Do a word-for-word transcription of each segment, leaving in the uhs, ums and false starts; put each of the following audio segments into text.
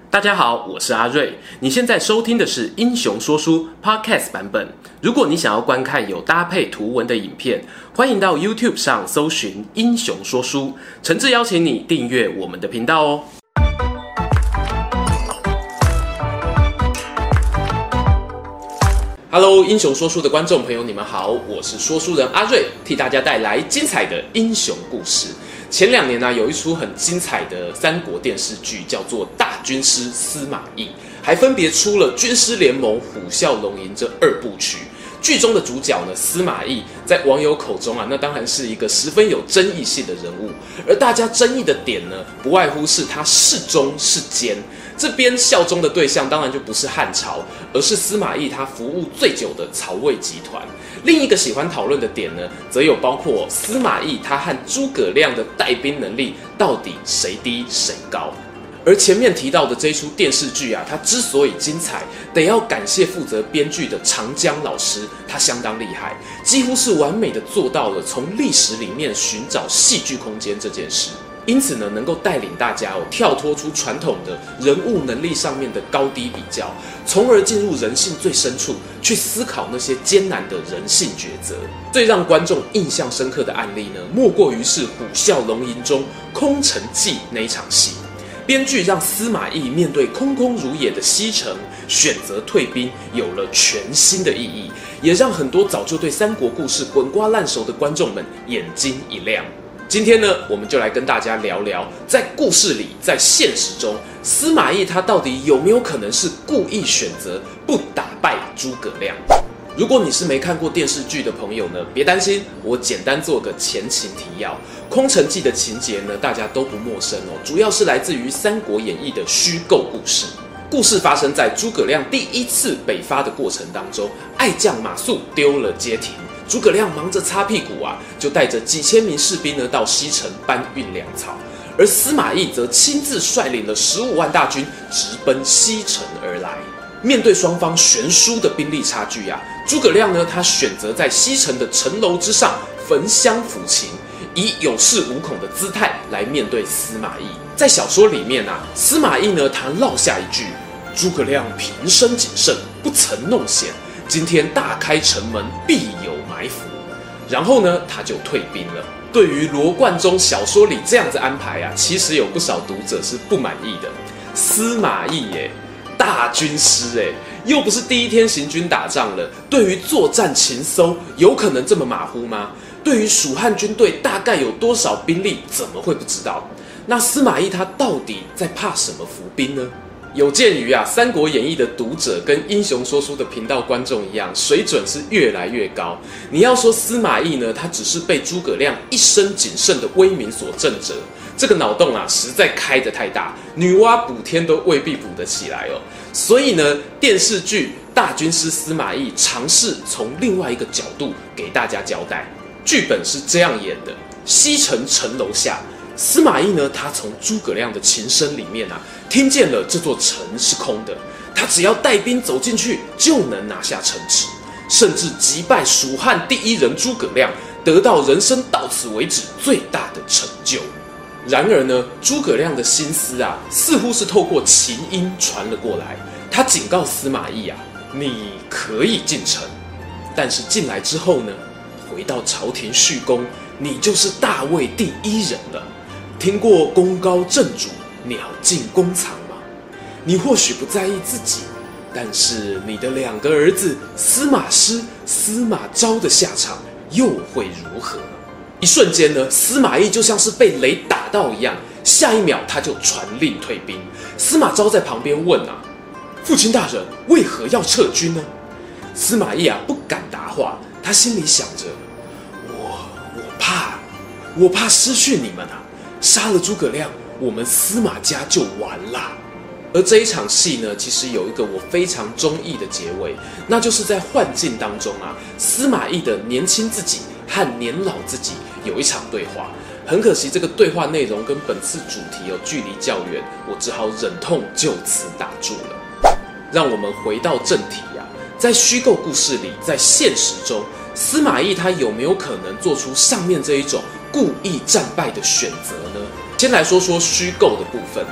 大家好，我是阿瑞。你现在收听的是《英雄说书》Podcast 版本。如果你想要观看有搭配图文的影片，欢迎到 YouTube 上搜寻“英雄说书”，诚挚邀请你订阅我们的频道哦。Hello， 英雄说书的观众朋友，你们好，我是说书人阿瑞，替大家带来精彩的英雄故事。前两年呢、啊，有一出很精彩的三国电视剧，叫做《大军师司马懿》，还分别出了《军师联盟》《虎啸龙吟》这二部曲。剧中的主角呢，司马懿在网友口中啊，那当然是一个十分有争议性的人物。而大家争议的点呢，不外乎是他是忠是奸。这边效忠的对象当然就不是汉朝，而是司马懿他服务最久的曹魏集团。另一个喜欢讨论的点呢，则有包括司马懿他和诸葛亮的带兵能力到底谁低谁高。而前面提到的这一出电视剧啊，它之所以精彩，得要感谢负责编剧的长江老师，他相当厉害，几乎是完美的做到了从历史里面寻找戏剧空间这件事。因此呢，能够带领大家哦跳脱出传统的人物能力上面的高低比较，从而进入人性最深处，去思考那些艰难的人性抉择。最让观众印象深刻的案例呢，莫过于是《虎啸龙吟》中空城计那一场戏。编剧让司马懿面对空空如也的西城，选择退兵，有了全新的意义，也让很多早就对三国故事滚瓜烂熟的观众们眼睛一亮。今天呢，我们就来跟大家聊聊，在故事里，在现实中，司马懿他到底有没有可能是故意选择不打败诸葛亮？如果你是没看过电视剧的朋友呢，别担心，我简单做个前情提要。空城计的情节呢，大家都不陌生哦，主要是来自于《三国演义》的虚构故事。故事发生在诸葛亮第一次北伐的过程当中，爱将马谡丢了街亭。诸葛亮忙着擦屁股啊，就带着几千名士兵呢到西城搬运粮草，而司马懿则亲自率领了十五万大军直奔西城而来。面对双方悬殊的兵力差距啊，诸葛亮呢，他选择在西城的城楼之上焚香抚琴，以有恃无恐的姿态来面对司马懿。在小说里面啊，司马懿呢，他落下一句：“诸葛亮平生谨慎，不曾弄险。今天大开城门，必有埋伏。”然后呢，他就退兵了。对于罗贯中小说里这样子安排啊，其实有不少读者是不满意的。司马懿耶，大军师耶，又不是第一天行军打仗了，对于作战情搜，有可能这么马虎吗？对于蜀汉军队大概有多少兵力，怎么会不知道？那司马懿他到底在怕什么伏兵呢？有鉴于啊，《三国演义》的读者跟英雄说书的频道观众一样，水准是越来越高。你要说司马懿呢，他只是被诸葛亮一身谨慎的威名所震慑，这个脑洞啊，实在开得太大，女娲补天都未必补得起来哦。所以呢，电视剧《大军师司马懿》尝试从另外一个角度给大家交代。剧本是这样演的：西城城楼下，司马懿呢，他从诸葛亮的琴声里面啊，听见了这座城是空的，他只要带兵走进去，就能拿下城池，甚至击败蜀汉第一人诸葛亮，得到人生到此为止最大的成就。然而呢，诸葛亮的心思啊，似乎是透过琴音传了过来。他警告司马懿啊，你可以进城，但是进来之后呢，回到朝廷续功，你就是大魏第一人了。听过功高震主，鸟尽弓藏吗？你或许不在意自己，但是你的两个儿子司马师、司马昭的下场又会如何？一瞬间呢，司马懿就像是被雷打到一样，下一秒他就传令退兵。司马昭在旁边问啊：“父亲大人为何要撤军呢？”司马懿啊不敢答话，他心里想着：我我怕，我怕失去你们啊！杀了诸葛亮，我们司马家就完了。而这一场戏呢，其实有一个我非常中意的结尾，那就是在幻境当中啊，司马懿的年轻自己和年老自己有一场对话。很可惜，这个对话内容跟本次主题有距离较远，我只好忍痛就此打住了。让我们回到正题啊，在虚构故事里，在现实中，司马懿他有没有可能做出上面这一种故意战败的选择呢？先来说说虚构的部分哦。其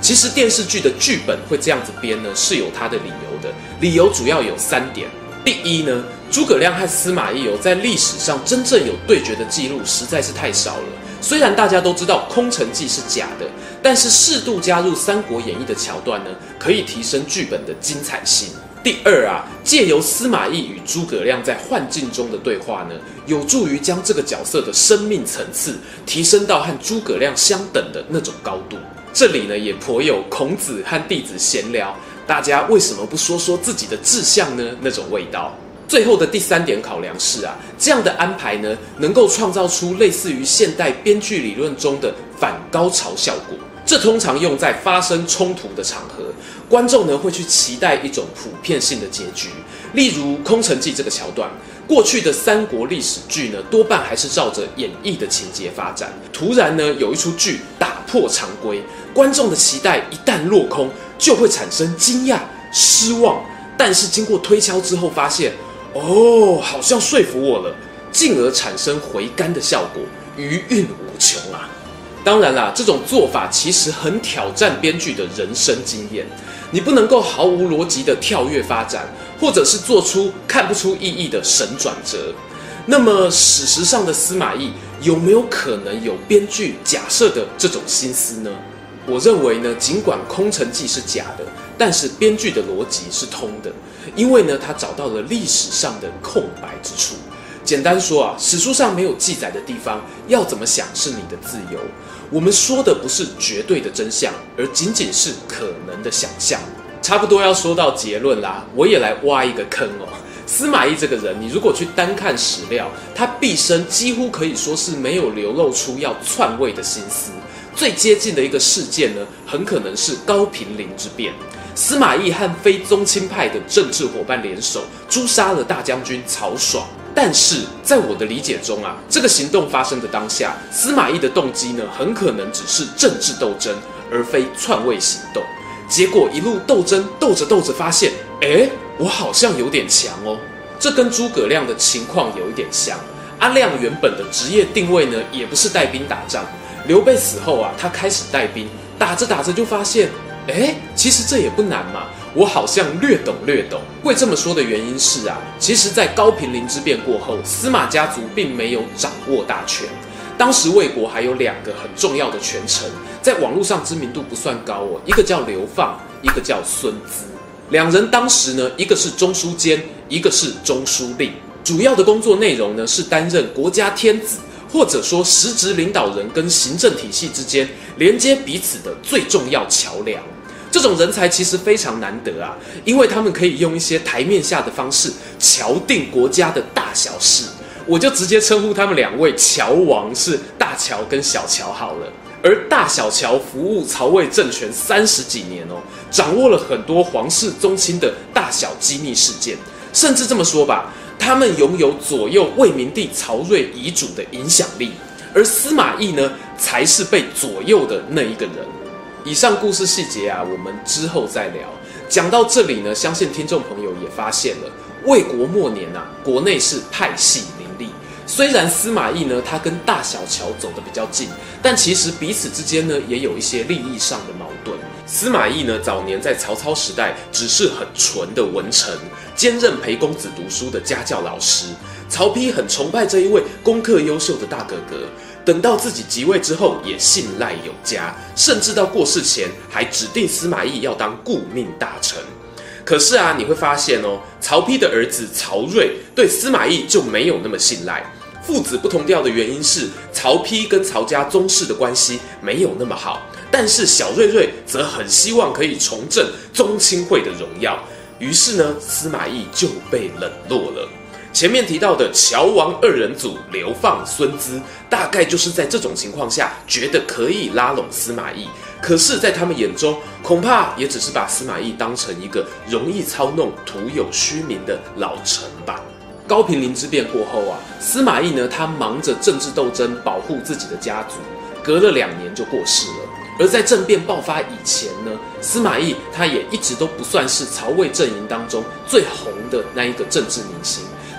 其实电视剧的剧本会这样子编呢，是有它的理由的。理由主要有三点。第一呢，诸葛亮和司马懿有在历史上真正有对决的记录实在是太少了。虽然大家都知道空城计是假的，但是适度加入《三国演义》的桥段呢，可以提升剧本的精彩性。第二啊，借由司马懿与诸葛亮在幻境中的对话呢，有助于将这个角色的生命层次提升到和诸葛亮相等的那种高度。这里呢，也颇有孔子和弟子闲聊，大家为什么不说说自己的志向呢？那种味道。最后的第三点考量是啊，这样的安排呢，能够创造出类似于现代编剧理论中的反高潮效果。这通常用在发生冲突的场合，观众呢会去期待一种普遍性的结局。例如《空城计》这个桥段，过去的三国历史剧呢，多半还是照着演绎的情节发展。突然呢，有一出剧打破常规，观众的期待一旦落空，就会产生惊讶、失望。但是经过推敲之后，发现哦，好像说服我了，进而产生回甘的效果，余韵无穷啊！当然啦，这种做法其实很挑战编剧的人生经验。你不能够毫无逻辑的跳跃发展，或者是做出看不出意义的神转折。那么史实上的司马懿有没有可能有编剧假设的这种心思呢？我认为呢，尽管空城计是假的，但是编剧的逻辑是通的，因为呢，他找到了历史上的空白之处。简单说啊，史书上没有记载的地方，要怎么想是你的自由。我们说的不是绝对的真相，而仅仅是可能的想象。差不多要说到结论啦，我也来挖一个坑哦。司马懿这个人，你如果去单看史料，他毕生几乎可以说是没有流露出要篡位的心思。最接近的一个事件呢，很可能是高平陵之变。司马懿和非宗亲派的政治伙伴联手，诛杀了大将军曹爽。但是在我的理解中啊，这个行动发生的当下，司马懿的动机呢，很可能只是政治斗争，而非篡位行动。结果一路斗争，斗着斗着发现，哎，我好像有点强哦。这跟诸葛亮的情况有一点像。阿亮原本的职业定位呢，也不是带兵打仗。刘备死后啊，他开始带兵，打着打着就发现，哎，其实这也不难嘛。我好像略懂略懂。会这么说的原因是啊，其实在高平陵之变过后，司马家族并没有掌握大权。当时魏国还有两个很重要的权臣，在网络上知名度不算高哦，一个叫刘放，一个叫孙资。两人当时呢，一个是中书监，一个是中书令，主要的工作内容呢是担任国家天子，或者说实职领导人跟行政体系之间连接彼此的最重要桥梁。这种人才其实非常难得啊，因为他们可以用一些台面下的方式敲定国家的大小事。我就直接称呼他们两位乔王是大乔跟小乔好了。而大小乔服务曹魏政权三十几年哦，掌握了很多皇室宗亲的大小机密事件，甚至这么说吧，他们拥有左右魏明帝曹睿遗嘱的影响力。而司马懿呢，才是被左右的那一个人。以上故事细节啊，我们之后再聊。讲到这里呢，相信听众朋友也发现了，魏国末年啊，国内是派系林立。虽然司马懿呢，他跟大小乔走得比较近，但其实彼此之间呢，也有一些利益上的矛盾。司马懿呢，早年在曹操时代只是很纯的文臣，兼任陪公子读书的家教老师。曹丕很崇拜这一位功课优秀的大哥哥。等到自己即位之后，也信赖有加，甚至到过世前还指定司马懿要当顾命大臣。可是啊，你会发现哦，曹丕的儿子曹睿对司马懿就没有那么信赖。父子不同调的原因是，曹丕跟曹家宗室的关系没有那么好，但是小睿睿则很希望可以重振宗亲会的荣耀。于是呢，司马懿就被冷落了。前面提到的乔王二人组刘放、孙资，大概就是在这种情况下觉得可以拉拢司马懿，可是在他们眼中，恐怕也只是把司马懿当成一个容易操弄、徒有虚名的老臣吧。高平陵之变过后啊，司马懿呢，他忙着政治斗争，保护自己的家族，隔了两年就过世了。而在政变爆发以前呢，司马懿他也一直都不算是曹魏阵营当中最红的那一个政治明星。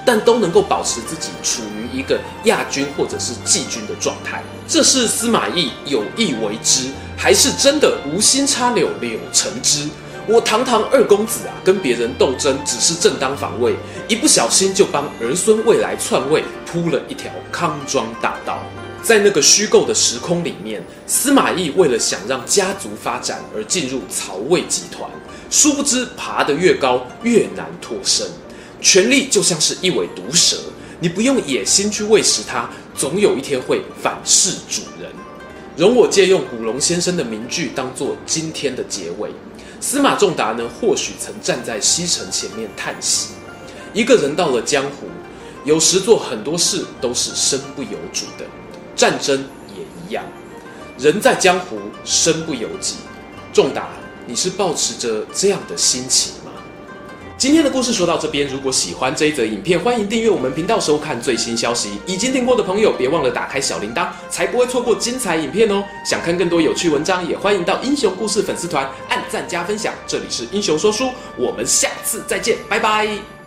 但都能够保持自己处于一个亚军或者是季军的状态。这是司马懿有意为之，还是真的无心插柳柳成枝？我堂堂二公子啊，跟别人斗争只是正当防卫，一不小心就帮儿孙未来篡位铺了一条康庄大道。在那个虚构的时空里面，司马懿为了想让家族发展而进入曹魏集团，殊不知爬得越高越难脱身。权力就像是一尾毒蛇，你不用野心去喂食它，总有一天会反噬主人。容我借用古龙先生的名句当做今天的结尾。司马仲达呢，或许曾站在西城前面叹息：一个人到了江湖，有时做很多事都是身不由主的。战争也一样，人在江湖，身不由己。仲达，你是抱持着这样的心情吗？今天的故事说到这边，如果喜欢这一则影片，欢迎订阅我们频道收看最新消息。已经订过的朋友，别忘了打开小铃铛，才不会错过精彩影片哦。想看更多有趣文章，也欢迎到英雄故事粉丝团按赞加分享。这里是英雄说书，我们下次再见，拜拜。